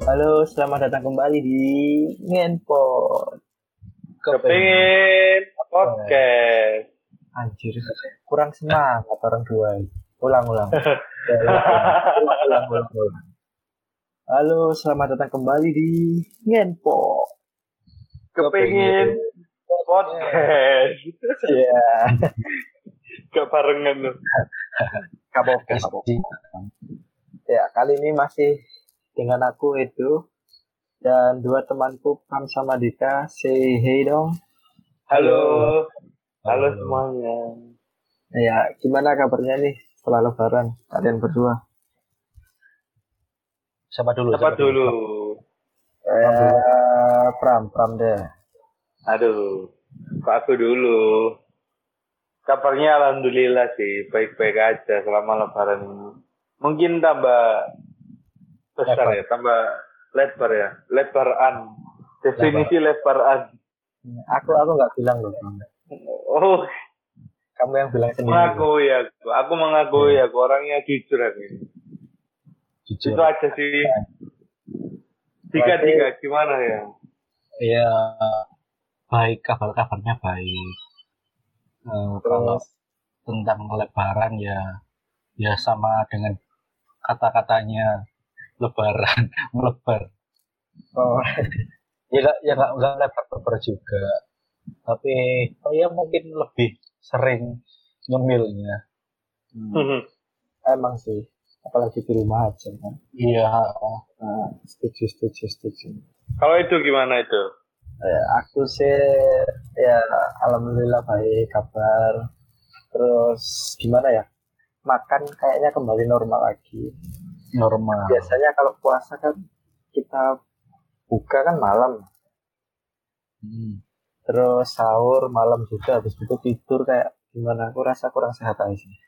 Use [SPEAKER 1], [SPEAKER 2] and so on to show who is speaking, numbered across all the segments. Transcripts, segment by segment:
[SPEAKER 1] Halo, selamat datang kembali di Ngenpot.
[SPEAKER 2] Kepingin podcast.
[SPEAKER 1] Anjir, kurang semangat orang dua. Ulang. Ulang. Halo, selamat datang kembali di Ngenpot.
[SPEAKER 2] Kepingin podcast.
[SPEAKER 1] Iya.
[SPEAKER 2] Gak barengan loh.
[SPEAKER 1] Kapok. Ya, kali ini masih dengan aku Edo dan dua temanku Pram sama Dika. Say hey dong.
[SPEAKER 2] Halo semuanya.
[SPEAKER 1] Ya, gimana kabarnya nih setelah Lebaran kalian berdua?
[SPEAKER 3] Siapa dulu? Pram
[SPEAKER 1] deh.
[SPEAKER 2] Aduh, kok aku dulu. Kabarnya alhamdulillah sih, baik-baik aja selama Lebaran ini. Mungkin tambah besar ya, tambah lebar ya, lebaran. Definisi lebaran.
[SPEAKER 1] Aku nggak bilang loh.
[SPEAKER 2] Oh,
[SPEAKER 1] kamu yang bilang sendiri.
[SPEAKER 2] Aku mengakui aku orangnya jujur aku. Jujur. Itu aja sih. Tiga gimana ya?
[SPEAKER 3] Ya baik, kabarnya baik. Kalau tentang lebaran ya sama dengan kata-katanya lebaran, melebar.
[SPEAKER 1] Oh.
[SPEAKER 3] ya nggak lebar juga. Tapi ya mungkin lebih sering nyemilnya.
[SPEAKER 1] Emang sih, apalagi di rumah aja kan.
[SPEAKER 3] Iya.
[SPEAKER 1] Setuju.
[SPEAKER 2] Kalau itu gimana itu?
[SPEAKER 1] Aku sih ya alhamdulillah baik kabar. Terus gimana ya? Makan kayaknya kembali normal lagi.
[SPEAKER 3] Normal.
[SPEAKER 1] Biasanya kalau puasa kan kita buka kan malam. Terus sahur malam juga, habis itu tidur kayak gimana? Aku rasa kurang sehat aja sih.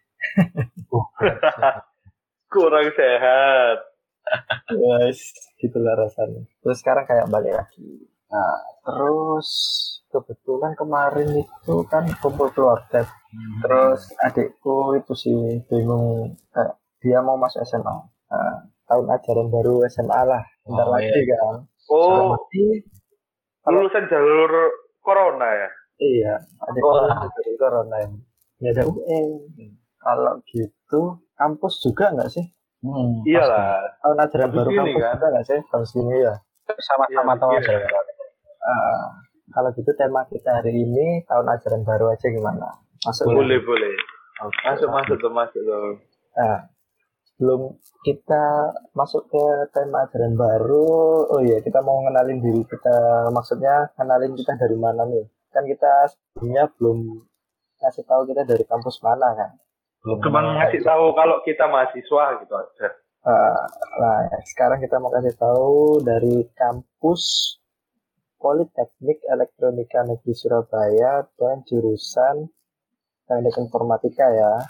[SPEAKER 2] Kurang sehat.
[SPEAKER 1] Yes, gitulah rasanya. Terus sekarang kayak balik lagi. Nah, terus kebetulan kemarin itu kan kumpul keluarga. Terus adikku itu sih bingung, dia mau masuk SMA. Nah, tahun ajaran baru SMA lah, bentar lagi kan.
[SPEAKER 2] Lulusan jalur corona ya?
[SPEAKER 1] Iya, adikku jalur corona yang nggak ada UN. Kalau gitu, kampus juga nggak sih?
[SPEAKER 2] Iyalah.
[SPEAKER 1] Tahun ajaran baru kampus kan? Juga nggak sih tahun segini ya?
[SPEAKER 3] Sama-sama tahun ajaran baru.
[SPEAKER 1] Kalau gitu tema kita hari ini tahun ajaran baru aja gimana? Masuk
[SPEAKER 2] boleh. Okay. Masuk dong.
[SPEAKER 1] Nah, sebelum kita masuk ke tema ajaran baru, kita mau ngenalin diri kita. Maksudnya ngenalin kita dari mana nih? Kan kita sebelumnya belum ngasih tahu kita dari kampus mana kan?
[SPEAKER 2] Cuma ngasih tahu kalau kita mahasiswa gitu aja.
[SPEAKER 1] Sekarang kita mau kasih tahu dari kampus Politeknik Elektronika Negeri Surabaya dan jurusan Teknik Informatika ya.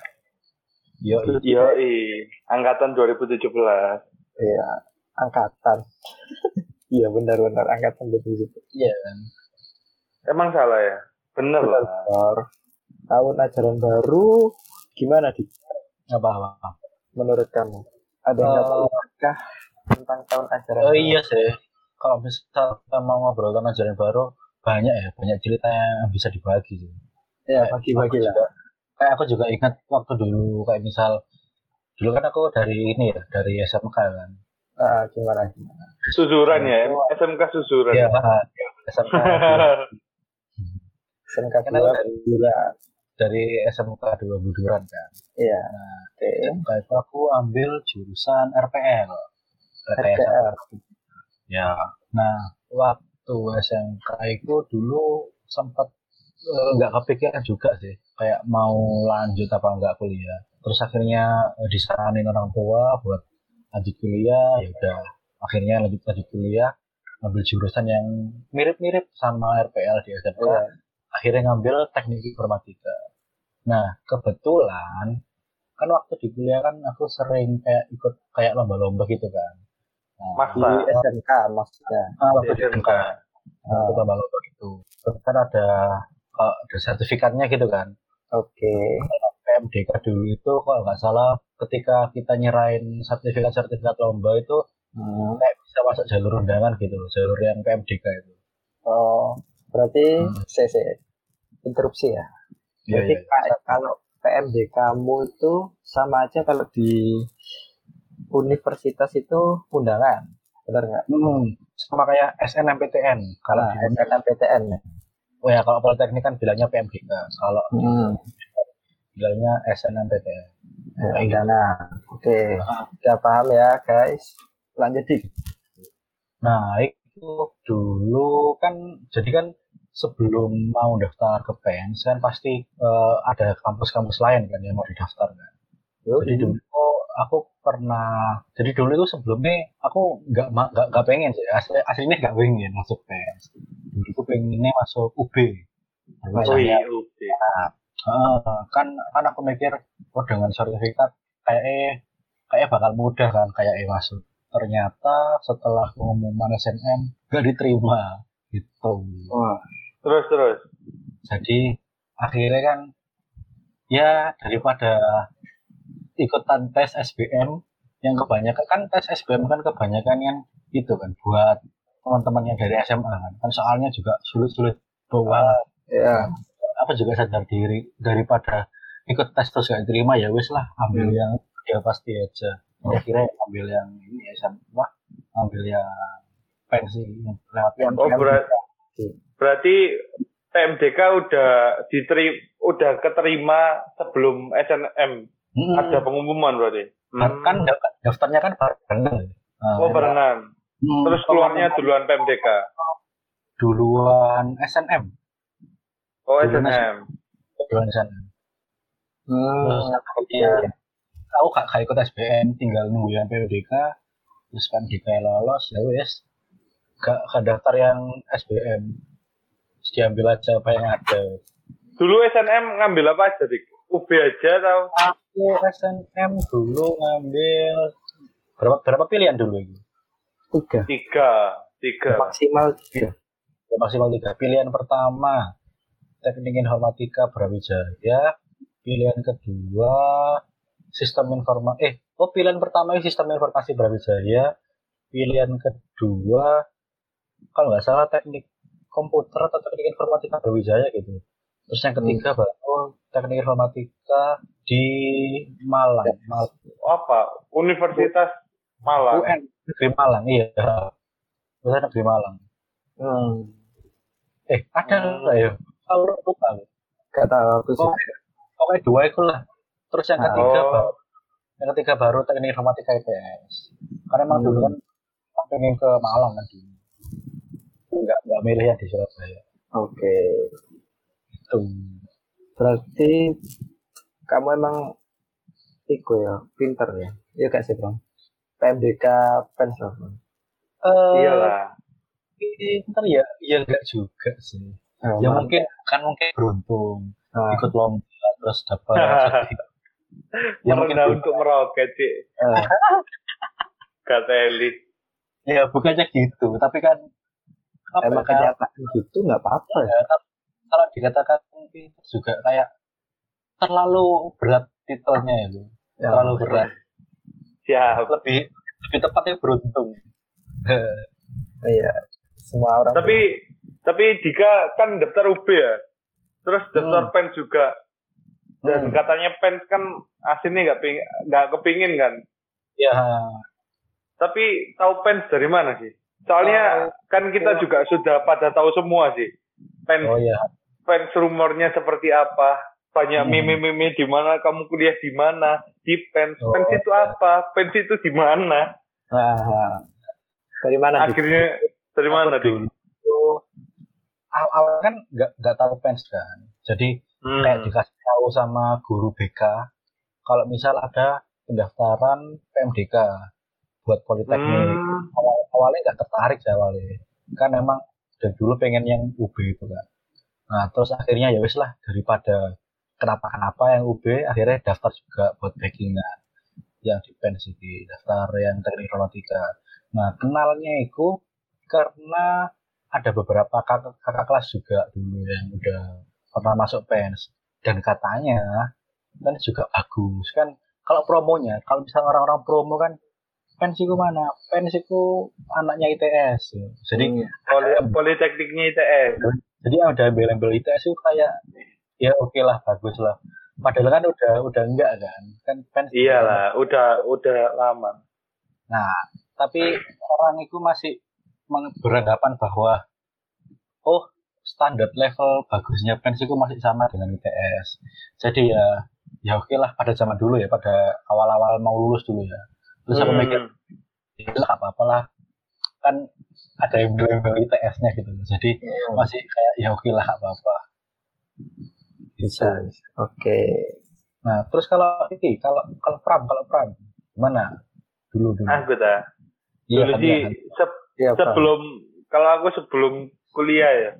[SPEAKER 2] Yoi. Angkatan 2017.
[SPEAKER 1] Iya, angkatan. Iya benar angkatan 2017.
[SPEAKER 3] Iya.
[SPEAKER 2] Emang salah ya? Bener lah.
[SPEAKER 1] Tahun ajaran baru gimana di?
[SPEAKER 3] Apa?
[SPEAKER 1] Menurut kamu? Ada yang tahu tentang tahun ajaran baru?
[SPEAKER 3] Iya sih. Kalau misal kita mau ngobrol tentang ajaran baru, banyak cerita yang bisa dibagi sih.
[SPEAKER 1] Ya, bagi-bagi lah.
[SPEAKER 3] Kayak aku juga ingat waktu dulu, kayak misal dulu kan aku dari SMK kan.
[SPEAKER 1] Gimana?
[SPEAKER 2] Susuran ya, SMK susuran.
[SPEAKER 3] Iya, SMK.
[SPEAKER 1] SMK dari
[SPEAKER 3] SMK 2 Buduran kan.
[SPEAKER 1] Iya.
[SPEAKER 3] SMK itu aku ambil jurusan RPL. Ya, nah waktu SMK itu dulu sempat nggak kepikiran juga sih, kayak mau lanjut apa nggak kuliah. Terus akhirnya disaranin orang tua buat lanjut kuliah, ya udah akhirnya lanjut kuliah, ngambil jurusan yang mirip-mirip sama RPL di SMK. Akhirnya ngambil Teknik Informatika. Nah kebetulan kan waktu di kuliah kan aku sering kayak ikut kayak lomba-lomba gitu kan.
[SPEAKER 1] Di SMK maksudnya.
[SPEAKER 3] Waktu di SMK. Ikut lomba-lomba gitu. Kan ada sertifikatnya gitu kan.
[SPEAKER 1] Oke.
[SPEAKER 3] PMDK dulu itu kalau nggak salah ketika kita nyerahin sertifikat lomba itu kayak bisa masuk jalur undangan gitu, jalur yang PMDK itu.
[SPEAKER 1] Oh, berarti
[SPEAKER 3] Hmm.
[SPEAKER 1] interupsi ya.
[SPEAKER 3] Iya,
[SPEAKER 1] Berarti
[SPEAKER 3] iya.
[SPEAKER 1] kalau PMD kamu itu sama aja kalau di universitas itu undangan, benar nggak?
[SPEAKER 3] Sama kayak SNMPTN kalau
[SPEAKER 1] Nah,
[SPEAKER 3] di
[SPEAKER 1] SNMPTN ya.
[SPEAKER 3] oh ya kalau Politeknik kan bilangnya PMDK, kalau
[SPEAKER 1] Hmm.
[SPEAKER 3] bilangnya SNMPTN.
[SPEAKER 1] Ya,
[SPEAKER 3] Kayak gitu.
[SPEAKER 1] undangan. Oke,
[SPEAKER 3] Nah,
[SPEAKER 1] udah paham ya guys. Lanjut dik.
[SPEAKER 3] Nah, itu dulu kan, jadi kan sebelum mau daftar ke PENS kan pasti ada kampus-kampus lain kan yang mau didaftar kan. Jadi dulu aku pernah, jadi dulu itu sebelumnya aku nggak pengen sih, aslinya nggak pengen masuk PENS. Dulu aku pengennya masuk UB.
[SPEAKER 2] Oh iya, oke.
[SPEAKER 3] Kan aku mikir, oh dengan sertifikat kayak bakal mudah kan kayak masuk. Ternyata setelah pengumuman SNM gak diterima gitu.
[SPEAKER 1] Wah,
[SPEAKER 2] Terus.
[SPEAKER 3] Jadi akhirnya kan ya daripada ikutan tes SBM yang kebanyakan kan tes SBM kan kebanyakan yang itu kan buat teman-teman yang dari SMA kan soalnya juga sulit-sulit banget.
[SPEAKER 1] ya.
[SPEAKER 3] Aku juga sadar diri daripada ikut tes terus gak diterima ya wis lah ambil yang dia pasti aja. Kira ambil yang ini ya ambil yang pensi lewat
[SPEAKER 1] Yang
[SPEAKER 2] Oh, berarti PMDK udah keterima sebelum SNM. Ada pengumuman berarti.
[SPEAKER 3] Kan daftarnya kan barengan.
[SPEAKER 2] Oh, barengan. Terus keluarnya duluan PMDK.
[SPEAKER 3] Duluan SNM.
[SPEAKER 2] Oh, SNM.
[SPEAKER 3] Duluan SNM.
[SPEAKER 1] Terus
[SPEAKER 3] aku gak ikut SBM, tinggal nunggu yang PMDK. Terus PMDK lolos, ya wes. Gak daftar yang SBM. Terus diambil aja apa yang ada.
[SPEAKER 2] Dulu SNM ngambil apa aja, Dik? UB aja atau?
[SPEAKER 3] Aku SNM dulu ngambil berapa pilihan dulu itu?
[SPEAKER 2] Tiga.
[SPEAKER 1] Maksimal 3.
[SPEAKER 3] Maksimal 3. Pilihan pertama Teknik Informatika Brawijaya. Pilihan kedua pilihan pertama Sistem Informasi Brawijaya. Pilihan kedua kalau nggak salah Teknik Komputer atau Teknik Informatika Brawijaya gitu. Terus yang ketiga baru Teknik Informatika di Malang.
[SPEAKER 2] Apa? Universitas Malang.
[SPEAKER 3] UN Negeri Malang, iya. Universitas Negeri Malang. Ada nggak ya? Kalau lupa.
[SPEAKER 1] Gak tahu aku sih.
[SPEAKER 3] Pokoknya 2 itu lah. Terus yang ketiga baru Teknik Informatika IPS. Karena emang dulu kan pengen ke Malang kan dulu. Nggak milih yang di Surabaya.
[SPEAKER 1] Oke.
[SPEAKER 3] Itu.
[SPEAKER 1] Berarti kamu emang pinter ya? Iya gak sih bang? PMDK PENS loh.
[SPEAKER 2] Iyalah.
[SPEAKER 3] Pinter ya enggak juga sih. Ya mungkin beruntung ikut lomba terus dapat
[SPEAKER 2] ya mungkin untuk meroket sih. Gak elit.
[SPEAKER 3] Ya bukannya gitu, tapi kan
[SPEAKER 1] emang kenyataan gitu nggak apa-apa ya.
[SPEAKER 3] Kalau dikatakan pinter juga kayak terlalu berat titelnya itu. Ya, terlalu berat.
[SPEAKER 2] Siap.
[SPEAKER 3] Lebih tepatnya beruntung.
[SPEAKER 1] Iya. Semua orang.
[SPEAKER 2] Tapi Dika kan daftar UB ya. Terus daftar PENS juga. Dan katanya PENS kan aslinya nggak kepingin kan.
[SPEAKER 3] Ya.
[SPEAKER 2] Tapi tahu PENS dari mana sih? Soalnya kan kita juga sudah pada tahu semua sih. PENS rumornya seperti apa? Banyak meme-meme di mana kamu kuliah di mana? Di PENS. PENS itu apa? PENS itu di mana?
[SPEAKER 1] Dari mana?
[SPEAKER 2] Akhirnya dari mana dulu?
[SPEAKER 3] Awal kan nggak tahu PENS kan. Jadi kayak dikasih tahu sama guru BK kalau misal ada pendaftaran PMDK buat Politeknik. Awalnya nggak tertarik sih awalnya. Kan emang dari dulu pengen yang UB itu kan. Nah terus akhirnya ya wis lah daripada kenapa yang UB akhirnya daftar juga buat backingan yang di PENS di daftar yang Teknik Informatika. Nah kenalnya itu karena ada beberapa kakak kelas juga dulu yang udah pernah masuk PENS dan katanya PENS juga bagus kan. Kalau promonya, kalau misalnya orang-orang promo kan Pens iku mana? Pens iku anaknya ITS. Jadi
[SPEAKER 2] Politekniknya ITS.
[SPEAKER 3] Jadi ada embel-embel ITS itu kayak ya oke lah, bagus lah. Padahal kan udah enggak kan? Kan Pens.
[SPEAKER 2] Iyalah, udah lama.
[SPEAKER 3] Nah, tapi orang itu masih beranggapan bahwa standar level bagusnya Pens itu masih sama dengan ITS. Jadi ya oke lah pada zaman dulu ya, pada awal-awal mau lulus dulu ya. Terus aku mikir, ya apa-apalah, kan ada yang bilang ITS-nya gitu. Jadi masih kayak ya oke lah apa-apa.
[SPEAKER 1] Bisa. Oke.
[SPEAKER 3] Nah, terus kalau Pram gimana? Dulu.
[SPEAKER 2] Aku dah.
[SPEAKER 3] Iya,
[SPEAKER 2] dulu sih sebelum kuliah ya.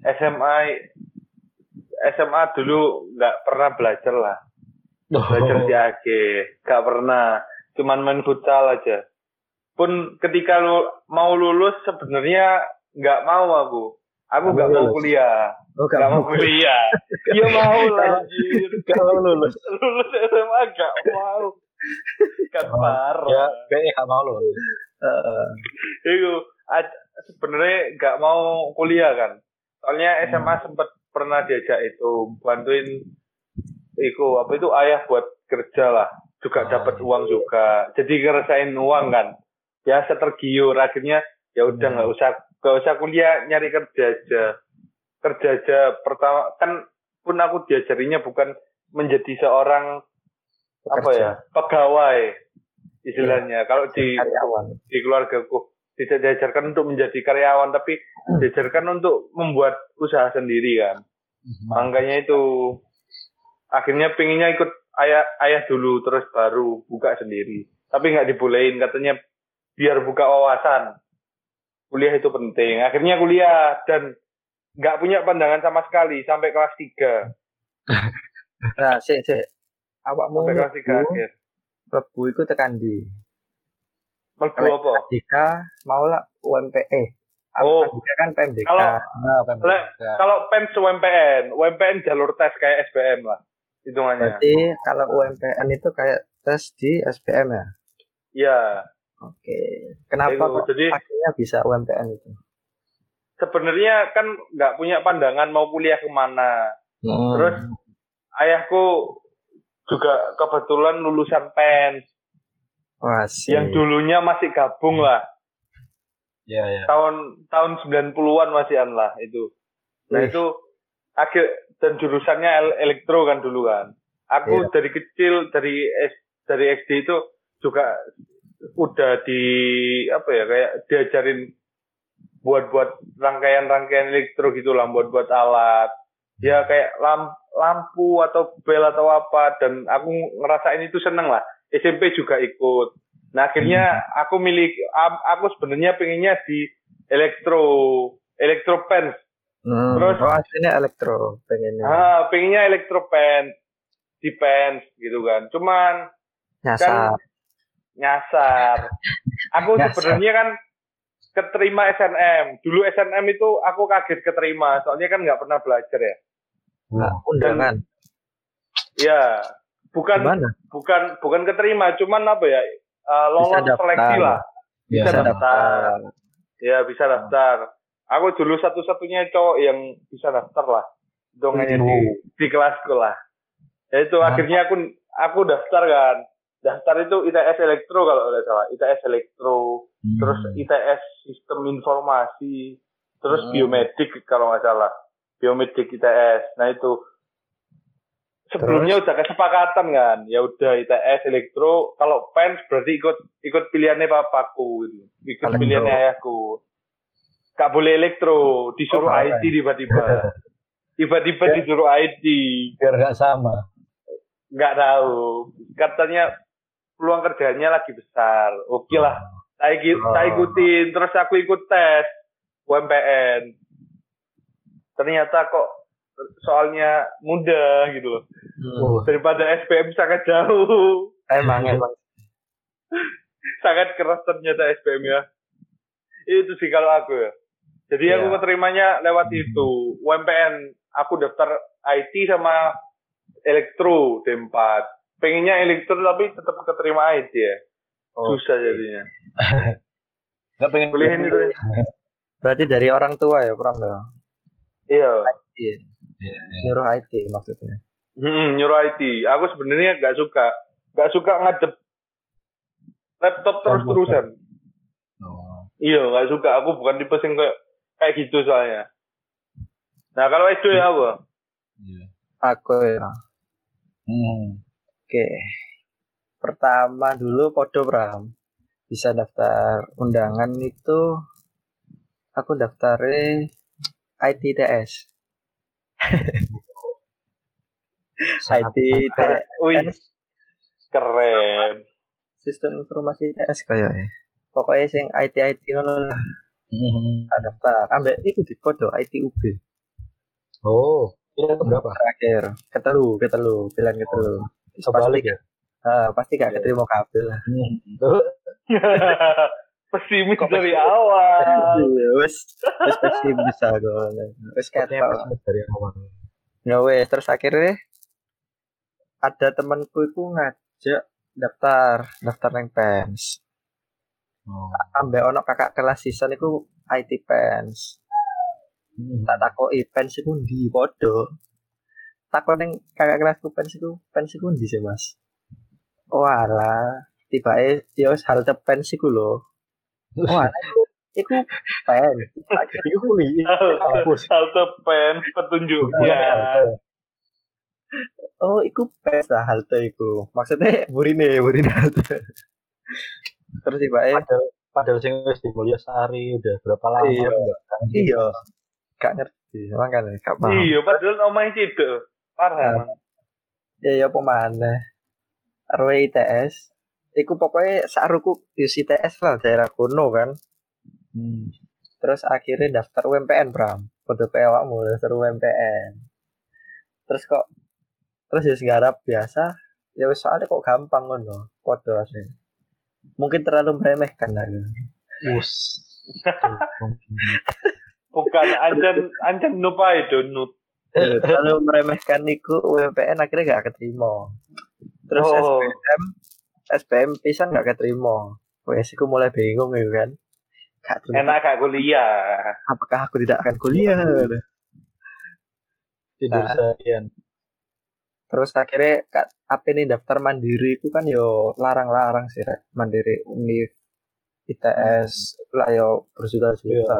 [SPEAKER 2] SMA dulu nggak pernah belajar lah. Belajar di AG, nggak pernah. Cuman main futsal aja. Pun ketika mau lulus sebenarnya nggak mau aku. Aku nggak mau kuliah. Nggak mau kuliah. Ya mau lah.
[SPEAKER 3] Nggak mau lulus.
[SPEAKER 2] Lulus SMA nggak mau. Kan parah.
[SPEAKER 3] Ya, kayaknya nggak mau lulus.
[SPEAKER 2] Itu sebenarnya nggak mau kuliah kan. Soalnya SMA sempat pernah diajak itu bantuin itu ayah buat kerja lah. Juga dapat uang juga, jadi ngerasain uang kan, ya tergiur akhirnya ya udah nggak usah kuliah, nyari kerja aja pertama kan pun aku diajarinya bukan menjadi seorang pegawai istilahnya. Kalau di keluargaku tidak diajarkan untuk menjadi karyawan, tapi diajarkan untuk membuat usaha sendiri kan. Makanya itu akhirnya pengennya ikut ayah dulu, terus baru buka sendiri. Tapi nggak dibolehin, katanya biar buka wawasan. Kuliah itu penting. Akhirnya kuliah dan nggak punya pandangan sama sekali sampai kelas 3.
[SPEAKER 1] Nah, awakmu
[SPEAKER 2] sampai kelas 3 akhir.
[SPEAKER 1] Mlebu iku tekan ndi?
[SPEAKER 2] Mlebu apa?
[SPEAKER 1] Jika mau lah UMPE. Kan PMDK.
[SPEAKER 2] Kalau PEN UMPN jalur tes kayak SBM lah. Hitungannya.
[SPEAKER 1] Berarti kalau UMPN itu kayak tes di SBM ya?
[SPEAKER 2] Iya.
[SPEAKER 1] Oke. Kenapa
[SPEAKER 2] jadi
[SPEAKER 1] akhirnya bisa UMPN itu?
[SPEAKER 2] Sebenarnya kan nggak punya pandangan mau kuliah kemana. Terus ayahku juga kebetulan lulusan PEN. Yang dulunya masih gabung lah.
[SPEAKER 3] Ya.
[SPEAKER 2] Tahun 90-an masihan lah itu. Nah itu dan jurusannya elektro kan dulu kan. Aku dari kecil dari SD itu juga udah kayak diajarin buat rangkaian elektro gitu lah, buat alat. Ya kayak lampu atau bel atau apa, dan aku ngerasain itu seneng lah. SMP juga ikut. Nah akhirnya aku sebenarnya pengennya di elektro pen.
[SPEAKER 1] Terus aslinya elektro pengennya.
[SPEAKER 2] Pengennya elektro pen di pen gitu kan. Cuman nyasar. Aku sebenarnya kan keterima SNM. Dulu SNM itu aku kaget keterima, soalnya kan nggak pernah belajar ya.
[SPEAKER 1] Undangan.
[SPEAKER 2] Ya, bukan keterima, cuman lolos seleksi lah. Bisa daftar. Ya, bisa daftar. Aku dulu satu-satunya cowok yang bisa daftar lah. Dongengnya di kelasku lah. Ya itu akhirnya aku daftar kan. Daftar itu ITS Elektro kalau nggak salah. ITS Elektro, terus ITS Sistem Informasi, terus Biomedik kalau nggak salah. Biomedik ITS. Nah itu sebelumnya udah kesepakatan kan. Ya udah ITS Elektro, kalau PEN berarti ikut pilihannya papaku gitu. Ikut pilihannya ayahku. Gak boleh elektro, disuruh IT tiba-tiba. Tiba-tiba disuruh IT.
[SPEAKER 3] Biar gak sama.
[SPEAKER 2] Gak tahu. Katanya peluang kerjanya lagi besar. Oke lah. Saya ikutin. Terus aku ikut tes UMPN. Ternyata kok soalnya mudah gitu loh. Daripada SBM sangat jauh.
[SPEAKER 1] Emang.
[SPEAKER 2] Sangat keras ternyata SBM ya. Itu sih kalau aku ya. Jadi aku keterimanya lewat itu. UMPN, aku daftar IT sama elektro D4. Pengennya elektro tapi tetap keterima IT ya. Susah jadinya.
[SPEAKER 3] Nggak pengen
[SPEAKER 2] Kuliahin itu.
[SPEAKER 1] Berarti dari orang tua ya, Pram ya?
[SPEAKER 2] Iya.
[SPEAKER 1] Iya. Nyuruh IT maksudnya.
[SPEAKER 2] Nyuruh IT. Aku sebenarnya nggak suka ngadep laptop terus-terusan. Iya, nggak suka. Aku bukan tipe yang kayak gitu soalnya. Nah, kalau SD ya apa?
[SPEAKER 1] Aku ya. Oke. Pertama dulu podo Pram. Bisa daftar undangan itu aku daftarnya ITTS. ITTS.
[SPEAKER 2] Keren.
[SPEAKER 1] Sistem informasi ITS kayaknya. Pokoknya sing IT ngono lah. Daftar. Ambek itu di podo ITUB.
[SPEAKER 3] Oh, itu berapa?
[SPEAKER 1] Terakhir. Ketelu. Pilihan ketelu.
[SPEAKER 3] Pasti ya?
[SPEAKER 1] Pasti gak keterima kabel lah.
[SPEAKER 2] Pesimis dari awal.
[SPEAKER 1] Wes pesimis aku. Wes ketok
[SPEAKER 3] dari awal.
[SPEAKER 1] Ya wes, terus akhirnya ada temanku itu ngajak daftar nang PENS. Ambek ono kakak kelas sisan iku IT PENS. Tak takoki PENS iku ndi padha. Takon ning kakak kelasku PENS iku ndi sih, Mas? Walah, tibake yo halte PENS iku lho. Wah, iku PENS. Iku kuwi
[SPEAKER 2] halte PENS petunjuknya.
[SPEAKER 1] Oh, iku PENS lah halte iku. Maksudnya burine halte. Terus tibake
[SPEAKER 3] padahal sing wis di Mulyasari udah berapa lama?
[SPEAKER 1] Iya. Gak ngerti, makanya gak paham.
[SPEAKER 2] Iya, padahal omahe cedek. Parah.
[SPEAKER 1] Ya pemane. RW ITS. Iku pokoknya saruku ITS lah daerah kono kan. Terus akhirnya daftar UMPN Bram. Kode awakmu daftar UMPN. Terus ya segarap biasa. Ya soalnya kok gampang ngono. Kode asli. Mungkin terlalu meremehkan lah.
[SPEAKER 2] Bukan ancan lupa itu nut.
[SPEAKER 1] Terlalu meremehkan niku UMPN akhirnya gak keterima. Terus SBM pisan gak keterima. Wes aku mulai bingung gitu kan.
[SPEAKER 2] Enak gak kuliah.
[SPEAKER 1] Apakah aku tidak akan kuliah?
[SPEAKER 3] Tidur seharian.
[SPEAKER 1] Terus akhirnya apa nih daftar mandiri itu kan yo larang-larang sih Rek. Mandiri Univ ITS lah yo berjuta-juta.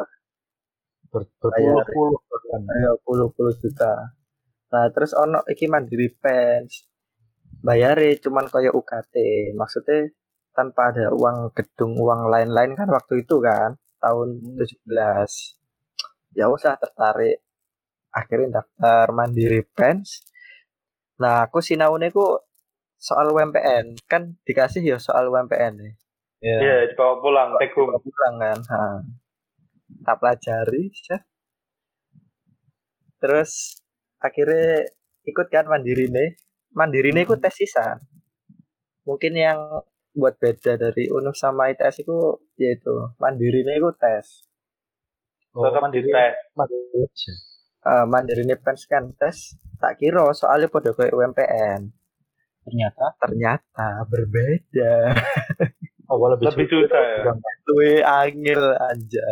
[SPEAKER 1] Berpuluh-puluh juta. Nah terus ono iki mandiri PENS bayare cuman kayak UKT, maksudnya tanpa ada uang gedung, uang lain-lain kan waktu itu kan tahun 17. Ya usah tertarik, akhirnya daftar mandiri PENS. Nah aku sinaune ku soal UMPN kan dikasih ya soal UMPN nih.
[SPEAKER 2] Iya, dibawa pulang, take home.
[SPEAKER 1] Pulang kan. Tak pelajari, terus akhirnya ikut kan mandiri nih ikut tes sisan. Mungkin yang buat beda dari UNUF sama ITS itu yaitu mandiri nih ikut tes.
[SPEAKER 2] Mandiri tes.
[SPEAKER 1] Mandiri nih PENS kan tes. Tak kira soalnya pada kayak UMPN. Ternyata berbeda.
[SPEAKER 2] Lebih susah ya.
[SPEAKER 1] Luwe angel aja.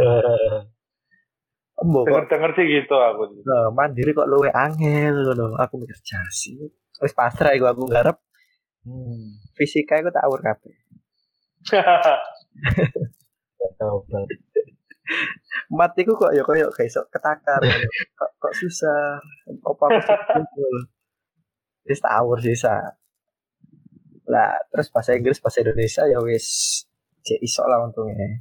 [SPEAKER 2] Dengar sih gitu aku.
[SPEAKER 1] Mandiri kok luwe angel ngono. Aku mikir jasi. Wis pasrah aku ngarep. Fisika aku tak awur kabeh. Matiku kok ya koyo gak iso ketakar. kok susah. Apa wis tak awur sisa. Lah terus bahasa Inggris bahasa Indonesia ya wis cek iso lah untungnya.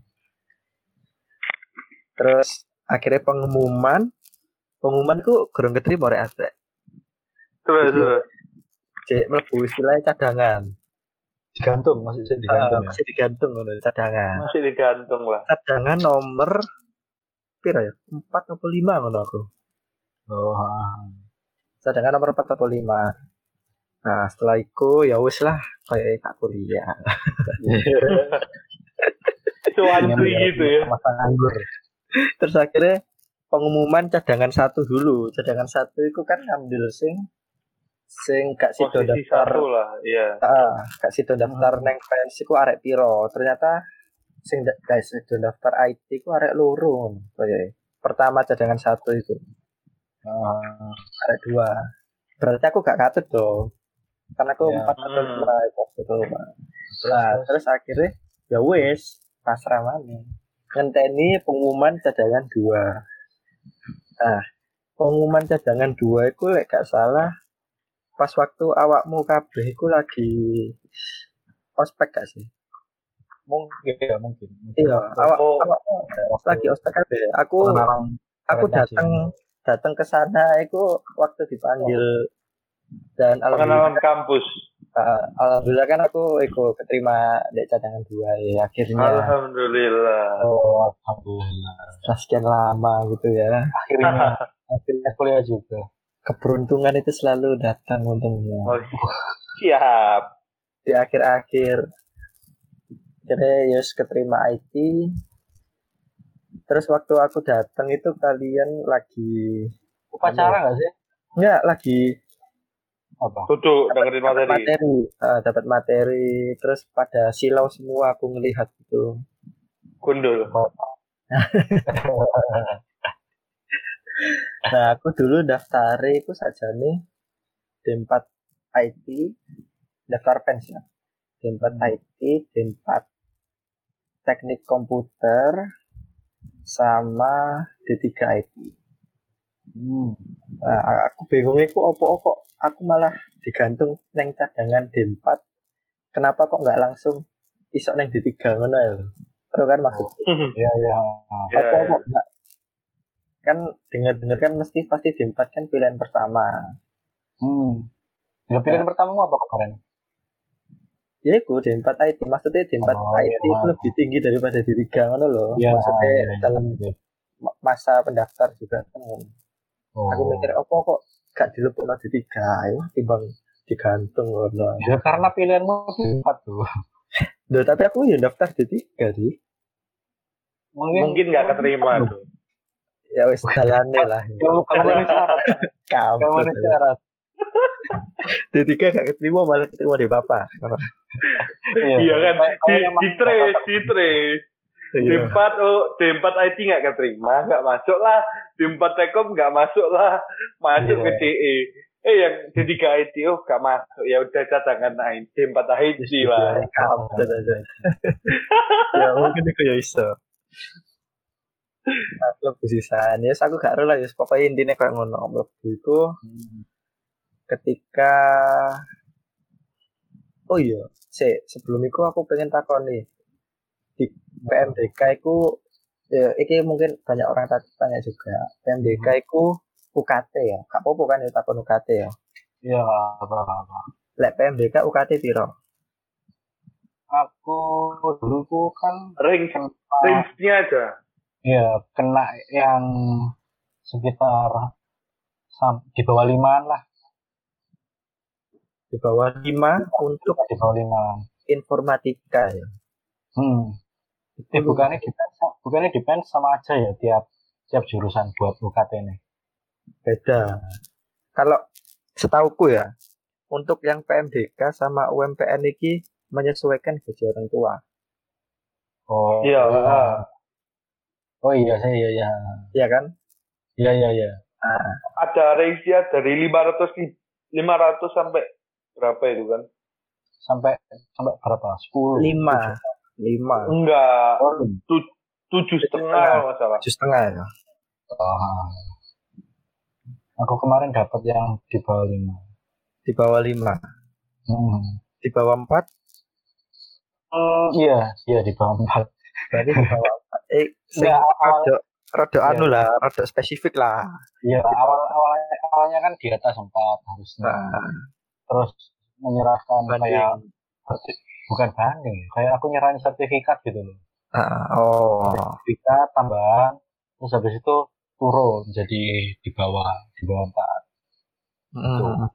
[SPEAKER 1] Terus akhirnya pengumuman ku kurang keterima rek Atrek.
[SPEAKER 2] Terus
[SPEAKER 1] cek mlebu istilahnya cadangan.
[SPEAKER 3] Digantung masih digantung.
[SPEAKER 1] Masih digantung ngono cadangan.
[SPEAKER 2] Masih digantung lah.
[SPEAKER 1] Cadangan nomor pira ya? 4 atau 5 ngono aku. Cadangan nomor 4 atau 5. Nah setelah itu ya wis lah kayak tak kuliah.
[SPEAKER 2] Cuanti gitu ya.
[SPEAKER 3] Masa nganggur.
[SPEAKER 1] Terus akhirnya pengumuman cadangan 1 dulu. Cadangan 1 itu kan ngambil sing Sing gak sido
[SPEAKER 2] posisi
[SPEAKER 1] daftar.
[SPEAKER 2] satu lah, iya.
[SPEAKER 1] Gak sido daftar neng PNS iku arek piro. Ternyata sing guys sido daftar IT iku arek loro. Pertama cadangan 1 itu. Arek 2. Berarti aku gak katut dong. Karena aku 4 atau 2 itu. Terus akhirnya ya wis pasrah maneh. Ngenteni pengumuman cadangan 2. Nah, pengumuman cadangan 2 itu lek gak salah pas waktu awakmu kabeh iku lagi ospek gak sih?
[SPEAKER 3] Mungkin.
[SPEAKER 1] Iya, awak lagi ospek kabeh. Aku datang ke sana itu waktu dipanggil dan
[SPEAKER 2] pengenalan kampus.
[SPEAKER 1] Alhamdulillah kan aku keterima di cadangan 2 ya akhirnya.
[SPEAKER 2] Alhamdulillah.
[SPEAKER 3] Alhamdulillah.
[SPEAKER 1] Sekian lama gitu ya.
[SPEAKER 3] Akhirnya kuliah juga.
[SPEAKER 1] Keberuntungan itu selalu datang untungnya.
[SPEAKER 2] Oh, siap.
[SPEAKER 1] Di akhir-akhir jadi Yus keterima IT. Terus waktu aku datang itu kalian lagi
[SPEAKER 3] upacara nggak sih?
[SPEAKER 1] Enggak, lagi
[SPEAKER 2] apa? Duduk dengerin materi.
[SPEAKER 1] Dapat materi. Terus pada silau semua aku ngelihat itu.
[SPEAKER 2] Gundul.
[SPEAKER 1] Nah, aku dulu daftar itu saja nih D4 IT, daftar PENS ya. D4 IT, D4 teknik komputer, sama D3 IT. Nah, aku bingung itu opo aku malah digantung neng cadangan D4. Kenapa kok nggak langsung isok neng D3 ngono ya? Terus kan maksudnya.
[SPEAKER 3] Iya.
[SPEAKER 1] Opo enggak? Kan dengar kan pasti D4 kan pilihan pertama.
[SPEAKER 3] Pilihan pertama apa kemarin?
[SPEAKER 1] Ya itu D4 IT, maksudnya D4 IT itu lebih tinggi daripada D3 ngono loh. Maksudnya dalam masa pendaftar juga kan. Aku mikir kok gak dilebokno D3 ya timbang digantung ngono.
[SPEAKER 3] Ya karena pilihanmu D4 tuh.
[SPEAKER 1] Loh, tapi aku ya daftar D3 sih.
[SPEAKER 2] Mungkin gak keterima tuh.
[SPEAKER 1] Ya wis jalane lah. Kamu syarat. D3 gak keterima malah keterima di bapak.
[SPEAKER 2] Iya kan di trace. D4 IT nggak keterima, nggak masuk lah. D4 Tekom nggak masuk lah, masuk ke DE. Yang D3 IT nggak masuk, ya udah cadangan D4 IT lah.
[SPEAKER 1] Ya mungkin itu ya iso. Aku posisan ya, aku gak rola ya. Pokoknya intinya kayak ngono. Itu ketika sebelum itu aku pengen takon nih di PMDK itu ya ini mungkin banyak orang tanya juga. PMDK itu UKT ya, gak apa-apa kan ya takon UKT ya.
[SPEAKER 3] Iya, apa.
[SPEAKER 1] Lek PMDK UKT piro?
[SPEAKER 3] Aku dulu kan
[SPEAKER 2] range-nya aja.
[SPEAKER 3] Iya, kena yang sekitar di bawah 5-an lah.
[SPEAKER 1] Di bawah 5 untuk
[SPEAKER 3] di bawah 5
[SPEAKER 1] informatika ya.
[SPEAKER 3] Bukannya depends sama aja ya tiap jurusan buat UKT ini.
[SPEAKER 1] Beda. Kalau setauku ya, untuk yang PMDK sama UMPN ini menyesuaikan gaji orang tua.
[SPEAKER 3] Oh iya. Oh iya iya.
[SPEAKER 1] Iya kan?
[SPEAKER 3] Iya.
[SPEAKER 2] Ada range-nya dari 500 sampai berapa itu kan?
[SPEAKER 3] Sampai berapa? 10.
[SPEAKER 1] 5.
[SPEAKER 2] Enggak. 7,5 masalah.
[SPEAKER 1] 7,5 ya.
[SPEAKER 3] Aku kemarin dapat yang di bawah 5.
[SPEAKER 1] Di bawah 5. Di bawah 4?
[SPEAKER 3] Iya di bawah 4.
[SPEAKER 1] Berarti di bawah 4. Rada anu lah, rada spesifik lah.
[SPEAKER 3] Iya, awalnya kan di atas 4 harusnya. Terus menyerahkan kayak bukan banding, kayak aku nyerahin sertifikat gitu loh. Sertifikat tambahan, terus habis itu turun jadi di bawah 4.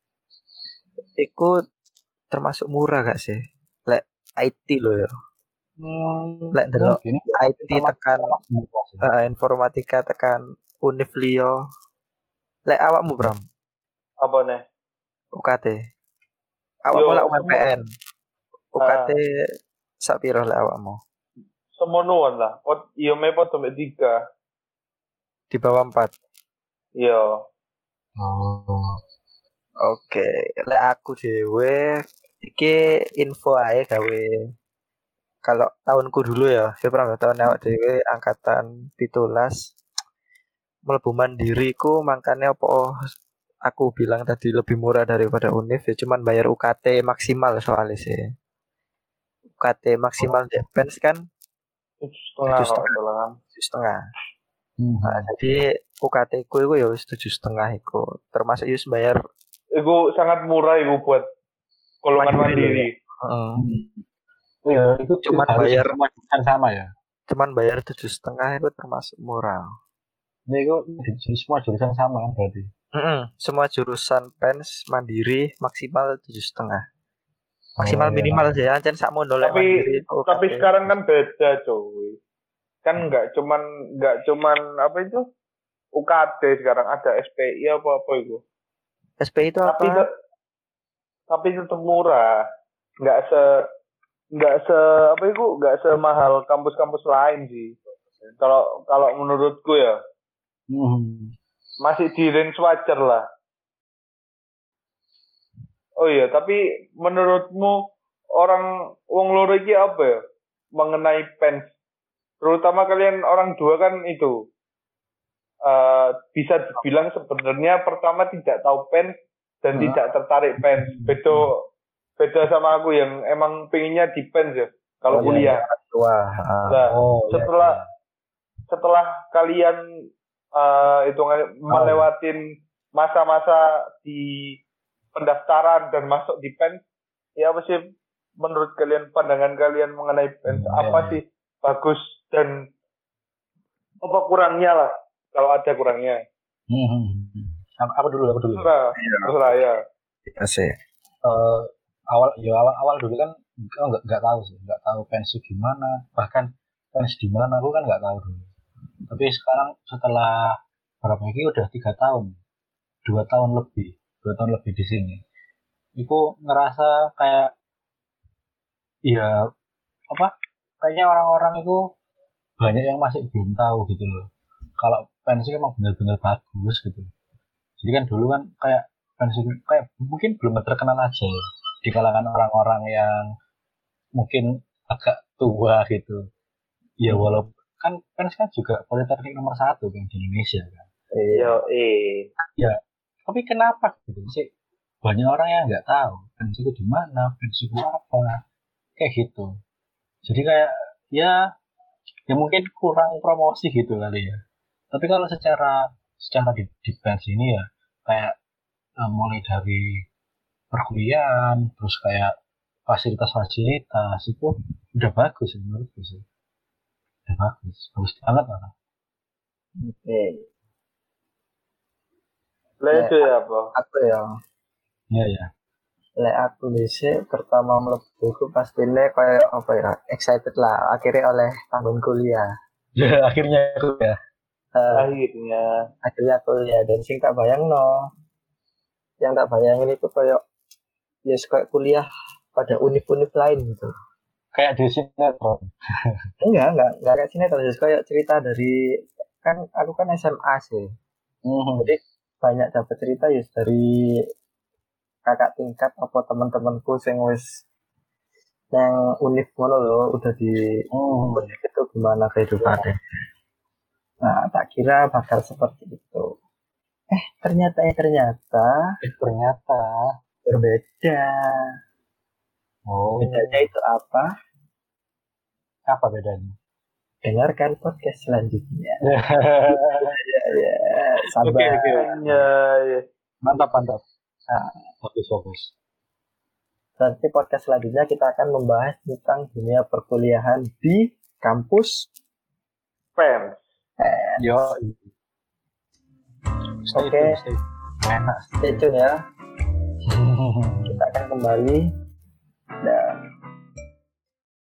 [SPEAKER 1] Itu termasuk murah gak sih? Lek IT loh ya. Lek delok IT tekan informatika tekan Univ Lio. Lek awakmu Bram?
[SPEAKER 2] Apa nih?
[SPEAKER 1] UKT. Awakmu lah UMPN. UKT
[SPEAKER 2] Ah.
[SPEAKER 1] sak piro lah awakmu?
[SPEAKER 2] Semonoan lah. Iya me pot sampai 3.
[SPEAKER 1] Di bawah 4.
[SPEAKER 2] Iya.
[SPEAKER 3] Oh.
[SPEAKER 1] Oke, lek aku dhewe iki info ae gawe kalau tahunku dulu ya, pernah tahun awak dhewe angkatan 17 mlebu mandiri ku makanya apa aku bilang tadi lebih murah daripada Univ ya cuman bayar UKT maksimal soalnya sih. UKT maksimal di Pens kan
[SPEAKER 2] 7,5 kok salah.
[SPEAKER 1] 7,5. Nah, jadi UKT ku itu ya wis 7,5 iku. Termasuk wis bayar
[SPEAKER 2] Iku sangat murah iku buat golongan mandiri.
[SPEAKER 1] Heeh.
[SPEAKER 3] Ya, itu
[SPEAKER 1] cuman bayar
[SPEAKER 3] sama ya.
[SPEAKER 1] Cuman bayar 7,5 itu termasuk murah.
[SPEAKER 3] Ini itu semua jurusan sama kan berarti.
[SPEAKER 1] Semua jurusan Pens mandiri maksimal 7,5. Maksimal minimal sih ancen sakmu ndolek mandiri.
[SPEAKER 2] Tapi sekarang kan beda, coy. Kan enggak cuman apa itu? UKT sekarang ada SPI apa itu.
[SPEAKER 1] SPI itu apa?
[SPEAKER 2] Tapi tetap murah. Enggak semahal kampus-kampus lain sih. Kalau menurutku ya. Masih di range wajar lah. Oh iya, tapi menurutmu wong loro iki apa ya mengenai Pens? Terutama kalian orang dua kan itu bisa dibilang sebenarnya pertama tidak tahu Pens dan tidak tertarik Pens. Beda sama aku yang emang pengennya di Pens ya kalau kuliah. Setelah kalian melewatin masa-masa di pendaftaran dan masuk di Pens, ya apa sih menurut kalian pandangan kalian mengenai Pens? Apa sih bagus dan apa kurangnya lah kalau ada kurangnya?
[SPEAKER 3] Apa dulu?
[SPEAKER 2] Terserah ya.
[SPEAKER 1] Asik.
[SPEAKER 3] Awal dulu kan nggak tahu Pens gimana, bahkan Pens di mana aku kan nggak tahu dulu. Tapi sekarang setelah berapa ini udah 3 tahun, 2 tahun lebih di sini. Itu ngerasa kayak ya apa? Kayaknya orang-orang itu banyak yang masih belum tahu gitu loh. Kalau Pens emang benar-benar bagus gitu. Jadi kan dulu kan kayak Pens kayak mungkin belum terkenal aja ya, di kalangan orang-orang yang mungkin agak tua gitu. Ya walaupun kan Pens kan juga politeknik nomor 1 kan di Indonesia kan. Ya, tapi kenapa gitu sih banyak orang yang nggak tahu Pens itu di mana, Pens itu apa, kayak gitu. Jadi kayak ya mungkin kurang promosi gitu kali ya. Tapi kalau secara di Pens ini ya kayak mulai dari perkuliahan terus kayak fasilitas itu udah bagus menurutku sih. Bagus banget malah.
[SPEAKER 1] Oke.
[SPEAKER 2] Lek apa?
[SPEAKER 1] Aku ya.
[SPEAKER 3] Iya.
[SPEAKER 1] Lek aku dhisik pertama mlebu ku pastine kayak apa ya? Excited lah akhirnya oleh tahun kuliah.
[SPEAKER 3] Ya akhirnya kuliah.
[SPEAKER 1] Akhirnya kuliah dan sing tak bayangno. Yang tak bayangin itu kayak kayak kuliah pada univ-univ lain gitu.
[SPEAKER 3] Kayak di sinetron.
[SPEAKER 1] Enggak kayak sinetron, kayak cerita dari kan aku kan SMA sih. Jadi banyak dapat cerita dari kakak tingkat apa teman-temanku sing wis yang univ ngono lho udah di univ itu gimana kehidupannya. Nah, tak kira bakal seperti itu. Ternyata berbeda. Bedanya itu apa?
[SPEAKER 3] Apa bedanya?
[SPEAKER 1] Dengarkan podcast selanjutnya.
[SPEAKER 2] Sabar.
[SPEAKER 3] Okay. Mantap.
[SPEAKER 1] Nah,
[SPEAKER 3] fokus.
[SPEAKER 1] Nanti podcast selanjutnya kita akan membahas tentang dunia perkuliahan di kampus
[SPEAKER 2] Pens.
[SPEAKER 3] Yo.
[SPEAKER 1] Oke. Enak. Stay tune ya. Kita akan kembali